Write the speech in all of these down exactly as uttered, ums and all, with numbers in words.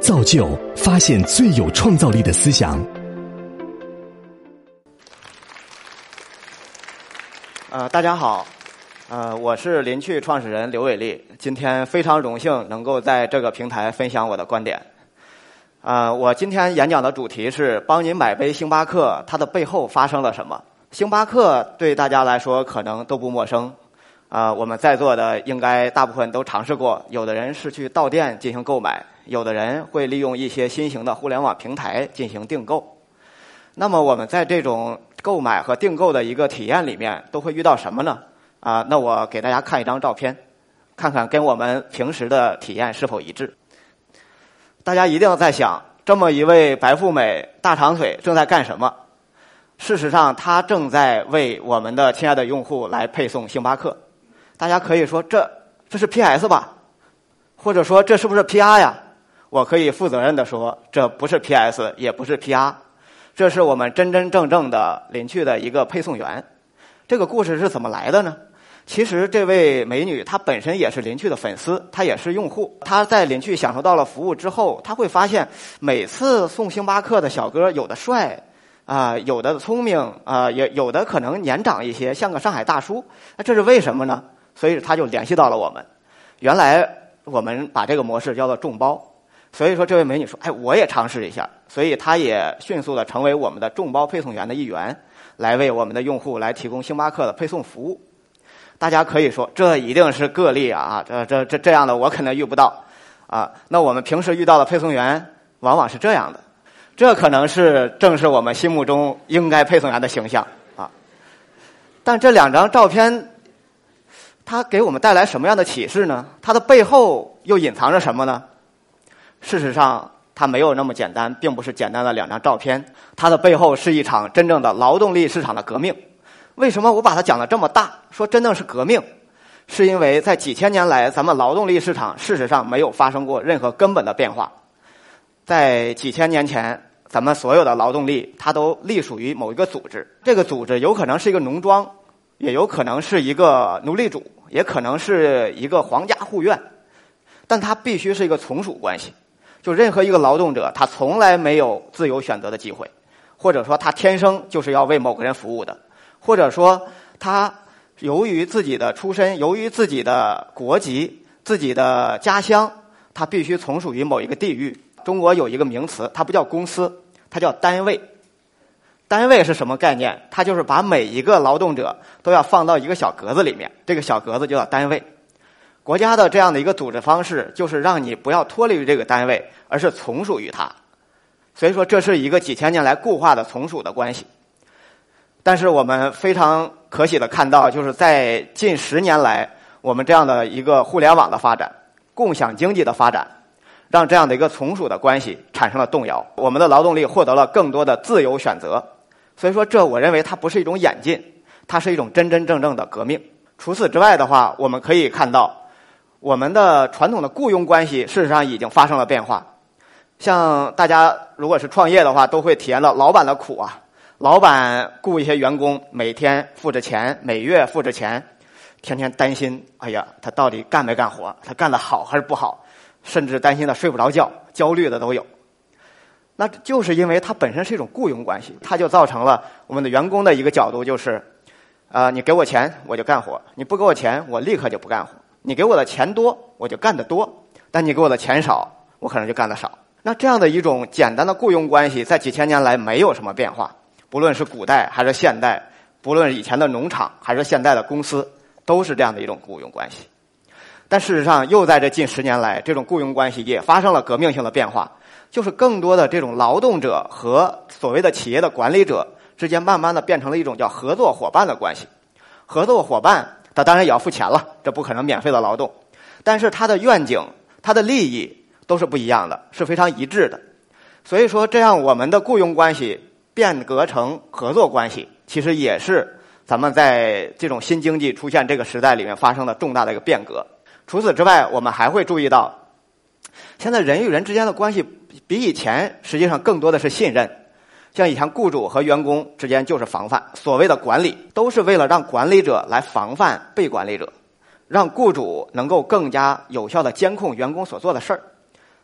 造就发现最有创造力的思想。 呃，大家好，呃，我是林趣创始人刘伟立，今天非常荣幸能够在这个平台分享我的观点。呃，我今天演讲的主题是帮您买杯星巴克，它的背后发生了什么？星巴克对大家来说可能都不陌生，啊、呃，我们在座的应该大部分都尝试过，有的人是去到店进行购买，有的人会利用一些新型的互联网平台进行订购。那么我们在这种购买和订购的一个体验里面都会遇到什么呢？啊、呃，那我给大家看一张照片，看看跟我们平时的体验是否一致。大家一定在想，这么一位白富美大长腿正在干什么？事实上，她正在为我们的亲爱的用户来配送星巴克。大家可以说，这这是 P S 吧？或者说，这是不是 P R 呀？我可以负责任的说，这不是 P S， 也不是 P R， 这是我们真真正正的林趣的一个配送员。这个故事是怎么来的呢？其实这位美女她本身也是林趣的粉丝，她也是用户。她在林趣享受到了服务之后，她会发现每次送星巴克的小哥有的帅啊、呃，有的聪明啊、呃，也有的可能年长一些，像个上海大叔。那这是为什么呢？所以她就联系到了我们。原来我们把这个模式叫做众包，所以说这位美女说：“哎，我也尝试一下。”所以她也迅速的成为我们的众包配送员的一员，来为我们的用户来提供星巴克的配送服务。大家可以说，这一定是个例啊！这这这这样的我可能遇不到啊。那我们平时遇到的配送员往往是这样的，这可能是正是我们心目中应该配送员的形象啊。但这两张照片，它给我们带来什么样的启示呢？它的背后又隐藏着什么呢？事实上，它没有那么简单，并不是简单的两张照片，它的背后是一场真正的劳动力市场的革命。为什么我把它讲得这么大，说真正是革命？是因为在几千年来，咱们劳动力市场事实上没有发生过任何根本的变化。在几千年前，咱们所有的劳动力它都隶属于某一个组织，这个组织有可能是一个农庄，也有可能是一个奴隶主，也可能是一个皇家护院，但它必须是一个从属关系。就任何一个劳动者，他从来没有自由选择的机会，或者说他天生就是要为某个人服务的。或者说他由于自己的出身，由于自己的国籍，自己的家乡，他必须从属于某一个地域。中国有一个名词，它不叫公司，它叫单位。单位是什么概念？它就是把每一个劳动者都要放到一个小格子里面，这个小格子就叫单位。国家的这样的一个组织方式，就是让你不要脱离于这个单位，而是从属于它。所以说这是一个几千年来固化的从属的关系。但是我们非常可喜的看到，就是在近十年来，我们这样的一个互联网的发展，共享经济的发展，让这样的一个从属的关系产生了动摇，我们的劳动力获得了更多的自由选择。所以说这我认为它不是一种演进，它是一种真真正正的革命。除此之外的话，我们可以看到我们的传统的雇佣关系事实上已经发生了变化。像大家如果是创业的话，都会体验到老板的苦啊。老板雇一些员工，每天付着钱，每月付着钱，天天担心，哎呀，他到底干没干活？他干得好还是不好？甚至担心的睡不着觉，焦虑的都有。那就是因为它本身是一种雇佣关系，它就造成了我们的员工的一个角度就是，呃，你给我钱我就干活，你不给我钱我立刻就不干活。你给我的钱多我就干得多，但你给我的钱少，我可能就干得少。那这样的一种简单的雇佣关系，在几千年来没有什么变化。不论是古代还是现代，不论以前的农场还是现代的公司，都是这样的一种雇佣关系。但事实上，又在这近十年来，这种雇佣关系也发生了革命性的变化，就是更多的这种劳动者和所谓的企业的管理者之间，慢慢的变成了一种叫合作伙伴的关系。合作伙伴，他当然也要付钱了，这不可能免费的劳动，但是他的愿景、他的利益都是不一样的，是非常一致的。所以说，这样我们的雇佣关系变革成合作关系，其实也是咱们在这种新经济出现这个时代里面发生的重大的一个变革。除此之外，我们还会注意到，现在人与人之间的关系比以前实际上更多的是信任。像以前雇主和员工之间就是防范，所谓的管理都是为了让管理者来防范被管理者，让雇主能够更加有效地监控员工所做的事儿。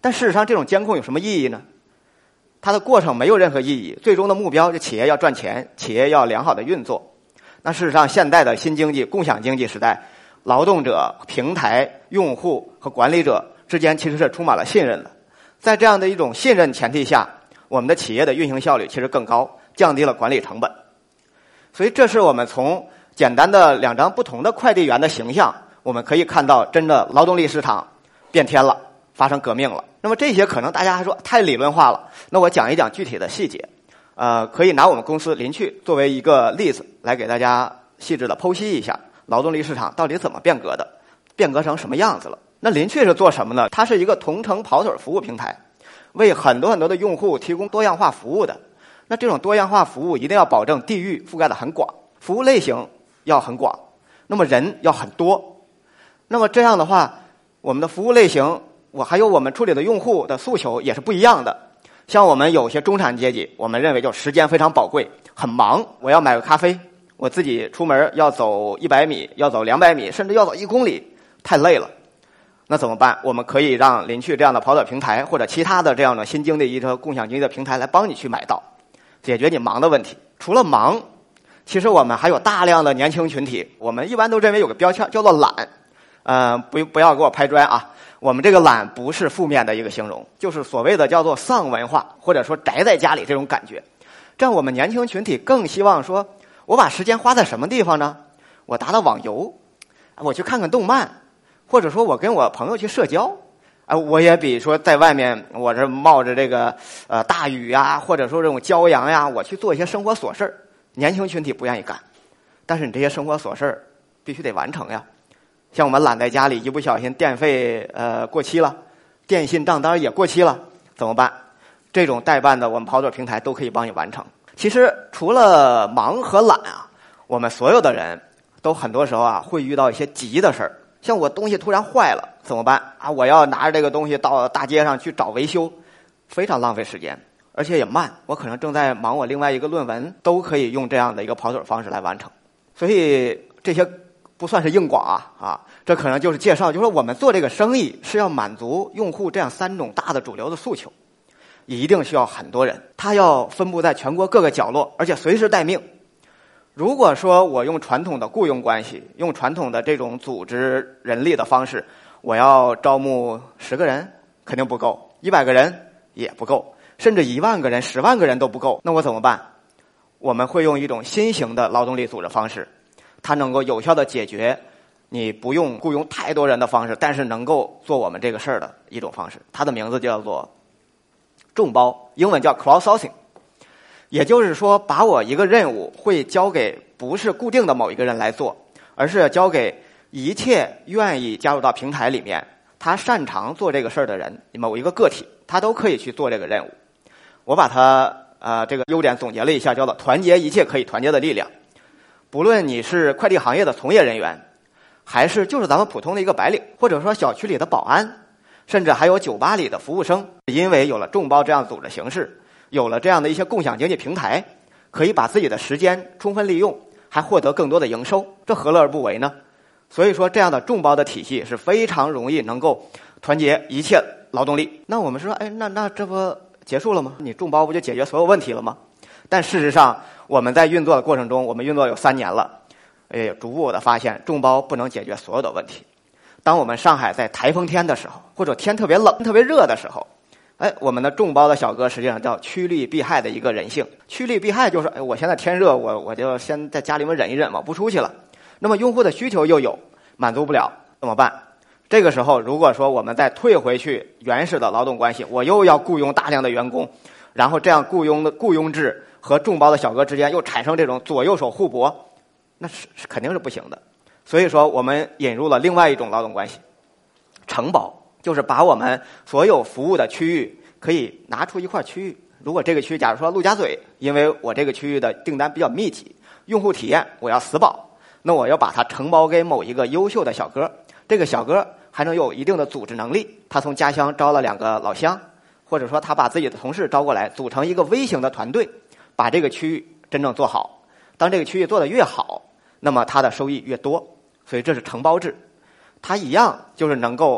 但事实上，这种监控有什么意义呢？它的过程没有任何意义，最终的目标是企业要赚钱，企业要良好的运作。那事实上，现代的新经济、共享经济时代，劳动者、平台、用户和管理者之间其实是充满了信任的。在这样的一种信任前提下，我们的企业的运行效率其实更高，降低了管理成本。所以这是我们从简单的两张不同的快递员的形象，我们可以看到真的劳动力市场变天了，发生革命了。那么这些可能大家还说太理论化了，那我讲一讲具体的细节。呃，可以拿我们公司林趣作为一个例子来给大家细致的剖析一下劳动力市场到底怎么变革的，变革成什么样子了。那林趣是做什么呢？它是一个同城跑腿服务平台，为很多很多的用户提供多样化服务的。那这种多样化服务一定要保证地域覆盖的很广，服务类型要很广，那么人要很多。那么这样的话，我们的服务类型我还有我们处理的用户的诉求也是不一样的。像我们有些中产阶级，我们认为就时间非常宝贵，很忙，我要买个咖啡，我自己出门要走一百米，要走两百米，甚至要走一公里，太累了。那怎么办？我们可以让林趣这样的跑腿平台或者其他的这样的新经济和共享经济的平台来帮你去买到，解决你忙的问题。除了忙，其实我们还有大量的年轻群体，我们一般都认为有个标签叫做懒。呃，不不要给我拍砖啊！我们这个懒不是负面的一个形容，就是所谓的叫做丧文化，或者说宅在家里这种感觉。这样我们年轻群体更希望说，我把时间花在什么地方呢？我打打网游，我去看看动漫，或者说我跟我朋友去社交。啊，我也比说在外面，我这冒着这个呃大雨呀，或者说这种骄阳呀，我去做一些生活琐事儿。年轻群体不愿意干，但是你这些生活琐事儿必须得完成呀。像我们懒在家里，一不小心电费呃过期了，电信账单也过期了，怎么办？这种代办的我们跑腿平台都可以帮你完成。其实除了忙和懒啊，我们所有的人都很多时候啊会遇到一些急的事儿。像我东西突然坏了怎么办啊？我要拿着这个东西到大街上去找维修，非常浪费时间，而且也慢。我可能正在忙我另外一个论文，都可以用这样的一个跑腿方式来完成。所以这些不算是硬广啊啊，这可能就是介绍，就是说我们做这个生意是要满足用户这样三种大的主流的诉求，也一定需要很多人，他要分布在全国各个角落，而且随时待命。如果说我用传统的雇佣关系，用传统的这种组织人力的方式，我要招募十个人肯定不够，一百个人也不够，甚至一万个人、十万个人都不够。那我怎么办？我们会用一种新型的劳动力组织方式，它能够有效的解决你不用雇佣太多人的方式，但是能够做我们这个事儿的一种方式。它的名字叫做众包，英文叫 crowdsourcing。也就是说，把我一个任务会交给不是固定的某一个人来做，而是交给一切愿意加入到平台里面，他擅长做这个事儿的人，某一个个体，他都可以去做这个任务。我把它呃这个优点总结了一下，叫做团结一切可以团结的力量。不论你是快递行业的从业人员，还是就是咱们普通的一个白领，或者说小区里的保安，甚至还有酒吧里的服务生，因为有了众包这样的组织形式，有了这样的一些共享经济平台，可以把自己的时间充分利用，还获得更多的营收，这何乐而不为呢？所以说这样的众包的体系是非常容易能够团结一切劳动力。那我们说，哎，那那这不结束了吗？你众包不就解决所有问题了吗？但事实上我们在运作的过程中，我们运作有三年了，哎，逐步的发现众包不能解决所有的问题。当我们上海在台风天的时候，或者天特别冷、特别热的时候，哎，我们的众包的小哥实际上叫趋利避害的一个人性。趋利避害就是，哎，我现在天热，我我就先在家里面忍一忍嘛，不出去了。那么用户的需求又有满足不了，怎么办？这个时候，如果说我们再退回去原始的劳动关系，我又要雇佣大量的员工，然后这样雇佣的雇佣制和众包的小哥之间又产生这种左右手互搏，那是是肯定是不行的。所以说，我们引入了另外一种劳动关系，承包。就是把我们所有服务的区域可以拿出一块区域，如果这个区域假如说陆家嘴，因为我这个区域的订单比较密集，用户体验我要死保，那我要把它承包给某一个优秀的小哥，这个小哥还能有一定的组织能力，他从家乡招了两个老乡，或者说他把自己的同事招过来，组成一个微型的团队，把这个区域真正做好。当这个区域做得越好，那么他的收益越多，所以这是承包制。它一样就是能够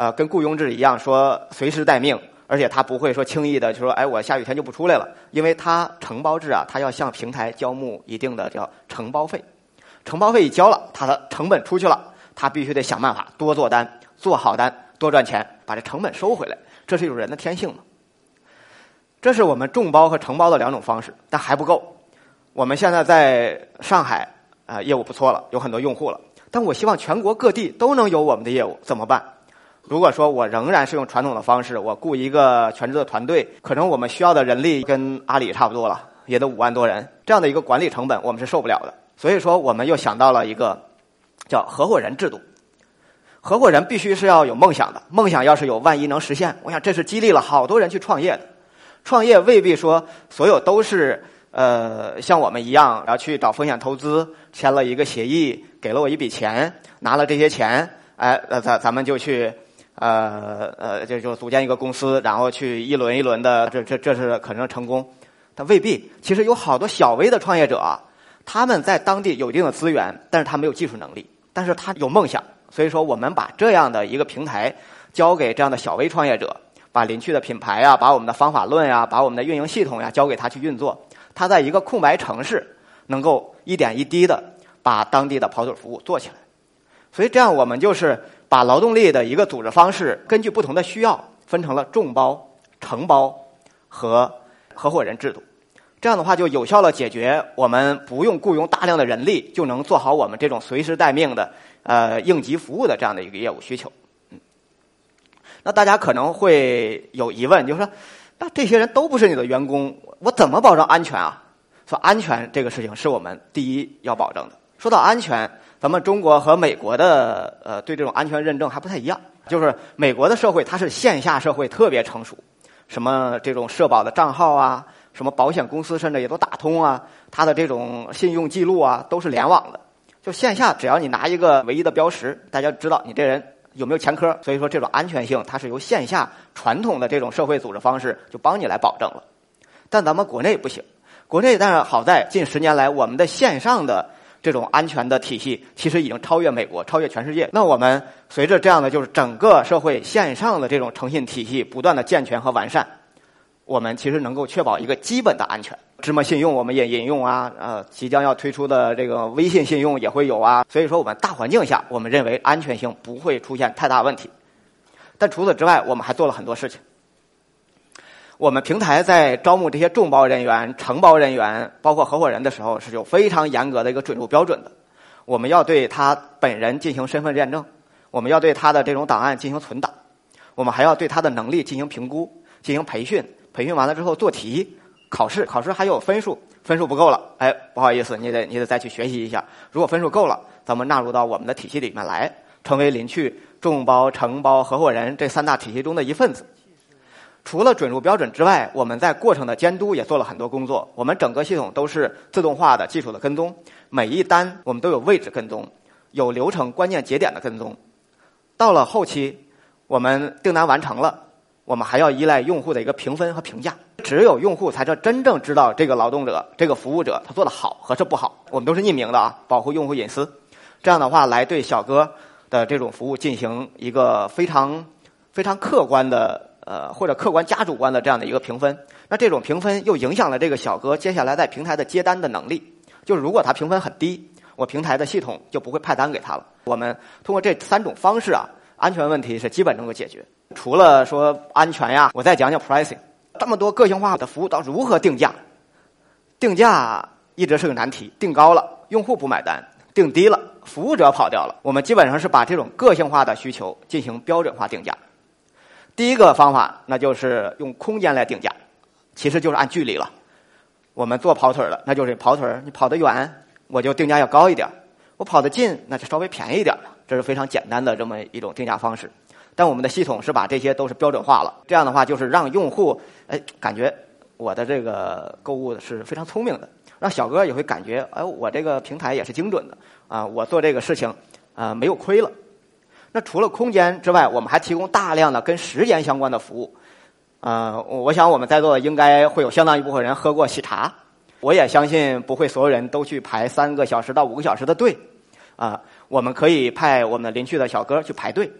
呃，跟雇佣制一样，说随时待命，而且他不会说轻易的就说，哎，我下雨天就不出来了，因为他承包制啊，他要向平台交付一定的叫承包费，承包费一交了，他的成本出去了，他必须得想办法多做单，做好单，多赚钱，把这成本收回来，这是一种人的天性嘛。这是我们众包和承包的两种方式，但还不够。我们现在在上海啊、呃，业务不错了，有很多用户了，但我希望全国各地都能有我们的业务，怎么办？如果说我仍然是用传统的方式，我雇一个全职的团队，可能我们需要的人力跟阿里差不多了，也得五万多人，这样的一个管理成本我们是受不了的。所以说我们又想到了一个叫合伙人制度。合伙人必须是要有梦想的，梦想要是有，万一能实现，我想这是激励了好多人去创业的。创业未必说所有都是呃像我们一样，然后去找风险投资，签了一个协议，给了我一笔钱，拿了这些钱，哎，呃咱咱们就去呃呃就就组建一个公司，然后去一轮一轮的，这这这是可能成功。但未必，其实有好多小微的创业者啊，他们在当地有一定的资源，但是他没有技术能力，但是他有梦想。所以说我们把这样的一个平台交给这样的小微创业者，把林趣的品牌啊，把我们的方法论啊，把我们的运营系统呀、啊、交给他去运作，他在一个空白城市能够一点一滴的把当地的跑腿服务做起来。所以这样我们就是把劳动力的一个组织方式根据不同的需要分成了众包、承包和合伙人制度。这样的话就有效地解决我们不用雇佣大量的人力就能做好我们这种随时待命的呃应急服务的这样的一个业务需求。嗯，那大家可能会有疑问，就是说那这些人都不是你的员工，我怎么保证安全啊？说安全这个事情是我们第一要保证的。说到安全，咱们中国和美国的呃对这种安全认证还不太一样，就是美国的社会它是线下社会特别成熟，什么这种社保的账号啊，什么保险公司甚至也都打通啊，它的这种信用记录啊都是联网的。就线下只要你拿一个唯一的标识，大家知道你这人有没有前科，所以说这种安全性它是由线下传统的这种社会组织方式就帮你来保证了。但咱们国内不行，国内但是好在近十年来我们的线上的这种安全的体系其实已经超越美国，超越全世界。那我们随着这样的就是整个社会线上的这种诚信体系不断的健全和完善，我们其实能够确保一个基本的安全。芝麻信用我们也引用啊，呃，即将要推出的这个微信信用也会有啊。所以说我们大环境下，我们认为安全性不会出现太大问题。但除此之外，我们还做了很多事情。我们平台在招募这些众包人员、承包人员，包括合伙人的时候，是有非常严格的一个准入标准的。我们要对他本人进行身份验证，我们要对他的这种档案进行存档，我们还要对他的能力进行评估、进行培训。培训完了之后做题、考试，考试还有分数，分数不够了，哎，不好意思，你得你得再去学习一下。如果分数够了，咱们纳入到我们的体系里面来，成为林趣众包、承包、合伙人这三大体系中的一份子。除了准入标准之外，我们在过程的监督也做了很多工作。我们整个系统都是自动化的技术的跟踪，每一单我们都有位置跟踪，有流程关键节点的跟踪。到了后期，我们订单完成了，我们还要依赖用户的一个评分和评价。只有用户才是真正知道这个劳动者、这个服务者他做的好和是不好。我们都是匿名的啊，保护用户隐私。这样的话，来对小哥的这种服务进行一个非常非常客观的。呃，或者客观加主观的这样的一个评分，那这种评分又影响了这个小哥接下来在平台的接单的能力。就是如果他评分很低，我平台的系统就不会派单给他了。我们通过这三种方式啊，安全问题是基本能够解决。除了说安全呀，我再讲讲 pricing。这么多个性化的服务到如何定价？定价一直是个难题，定高了用户不买单，定低了服务者跑掉了。我们基本上是把这种个性化的需求进行标准化定价。第一个方法，那就是用空间来定价，其实就是按距离了。我们做跑腿的，那就是跑腿，你跑得远，我就定价要高一点；我跑得近，那就稍微便宜一点。这是非常简单的这么一种定价方式。但我们的系统是把这些都是标准化了，这样的话就是让用户哎感觉我的这个购物是非常聪明的，让小哥也会感觉哎我这个平台也是精准的啊，我做这个事情啊、呃、没有亏了。那除了空间之外，我们还提供大量的跟时间相关的服务。呃，我想我们在座的应该会有相当一部分人喝过喜茶，我也相信不会所有人都去排三个小时到五个小时的队。啊、呃，我们可以派我们的林趣的小哥去排队，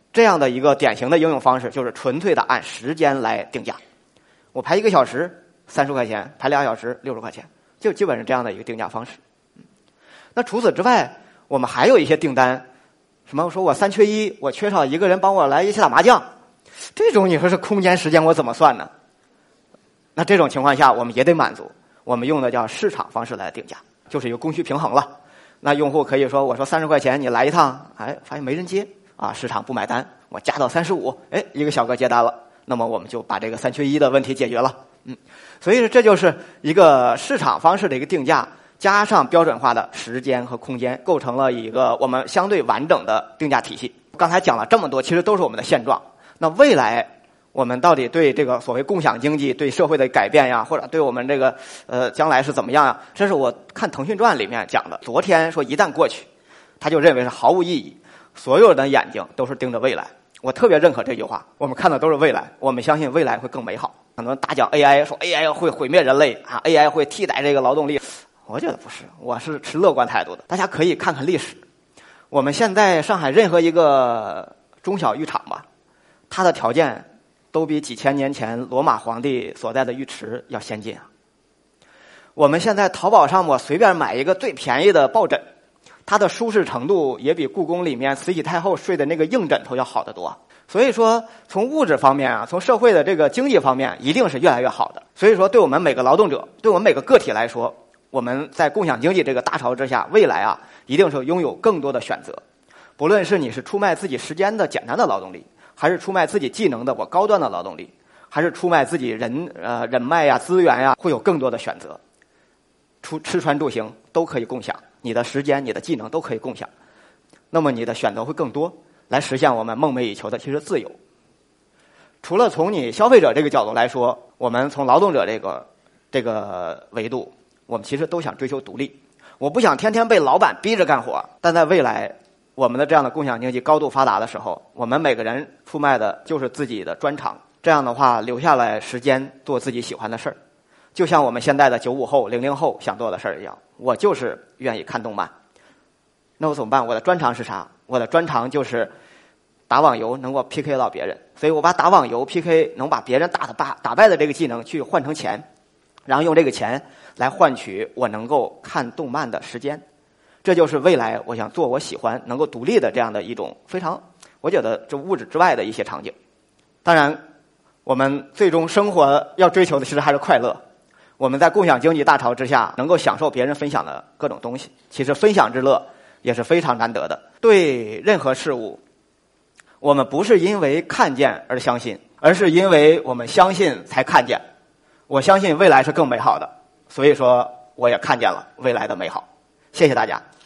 这样的一个典型的应用方式就是纯粹的按时间来定价。我排一个小时三十块钱，排俩小时六十块钱，就基本是这样的一个定价方式。那除此之外，我们还有一些订单，什么说我三缺一，我缺少一个人帮我来一起打麻将，这种你说是空间时间我怎么算呢？那这种情况下我们也得满足，我们用的叫市场方式来定价，就是一个供需平衡了。那用户可以说我说三十块钱你来一趟，哎，发现没人接啊，市场不买单，我加到三十五，哎，一个小哥接单了，那么我们就把这个三缺一的问题解决了。嗯，所以这就是一个市场方式的一个定价，加上标准化的时间和空间，构成了一个我们相对完整的定价体系。刚才讲了这么多，其实都是我们的现状。那未来我们到底对这个所谓共享经济对社会的改变呀，或者对我们这个呃将来是怎么样呀？这是我看《腾讯传》里面讲的。昨天说一旦过去，他就认为是毫无意义，所有人的眼睛都是盯着未来。我特别认可这句话，我们看的都是未来，我们相信未来会更美好。很多人大讲 A I， 说 A I 会毁灭人类啊 ，A I 会替代这个劳动力。我觉得不是，我是持乐观态度的。大家可以看看历史，我们现在上海任何一个中小浴场吧，它的条件都比几千年前罗马皇帝所在的浴池要先进啊。我们现在淘宝上我随便买一个最便宜的抱枕，它的舒适程度也比故宫里面慈禧太后睡的那个硬枕头要好得多。所以说从物质方面啊，从社会的这个经济方面一定是越来越好的。所以说对我们每个劳动者，对我们每个个体来说，我们在共享经济这个大潮之下，未来啊一定是拥有更多的选择。不论是你是出卖自己时间的简单的劳动力，还是出卖自己技能的我高端的劳动力，还是出卖自己人呃人脉呀、资源呀，会有更多的选择。出吃穿住行都可以共享，你的时间、你的技能都可以共享，那么你的选择会更多，来实现我们梦寐以求的其实自由。除了从你消费者这个角度来说，我们从劳动者这个这个维度，我们其实都想追求独立。我不想天天被老板逼着干活，但在未来我们的这样的共享经济高度发达的时候，我们每个人出卖的就是自己的专长，这样的话留下来时间做自己喜欢的事儿。就像我们现在的九五后、零零后想做的事儿一样，我就是愿意看动漫。那我怎么办？我的专长是啥？我的专长就是打网游能够 P K 到别人，所以我把打网游 P K 能把别人打的打打败的这个技能去换成钱，然后用这个钱来换取我能够看动漫的时间。这就是未来我想做我喜欢、能够独立的这样的一种非常，我觉得这物质之外的一些场景。当然，我们最终生活要追求的其实还是快乐。我们在共享经济大潮之下，能够享受别人分享的各种东西，其实分享之乐也是非常难得的。对任何事物，我们不是因为看见而相信，而是因为我们相信才看见。我相信未来是更美好的，所以说我也看见了未来的美好。谢谢大家。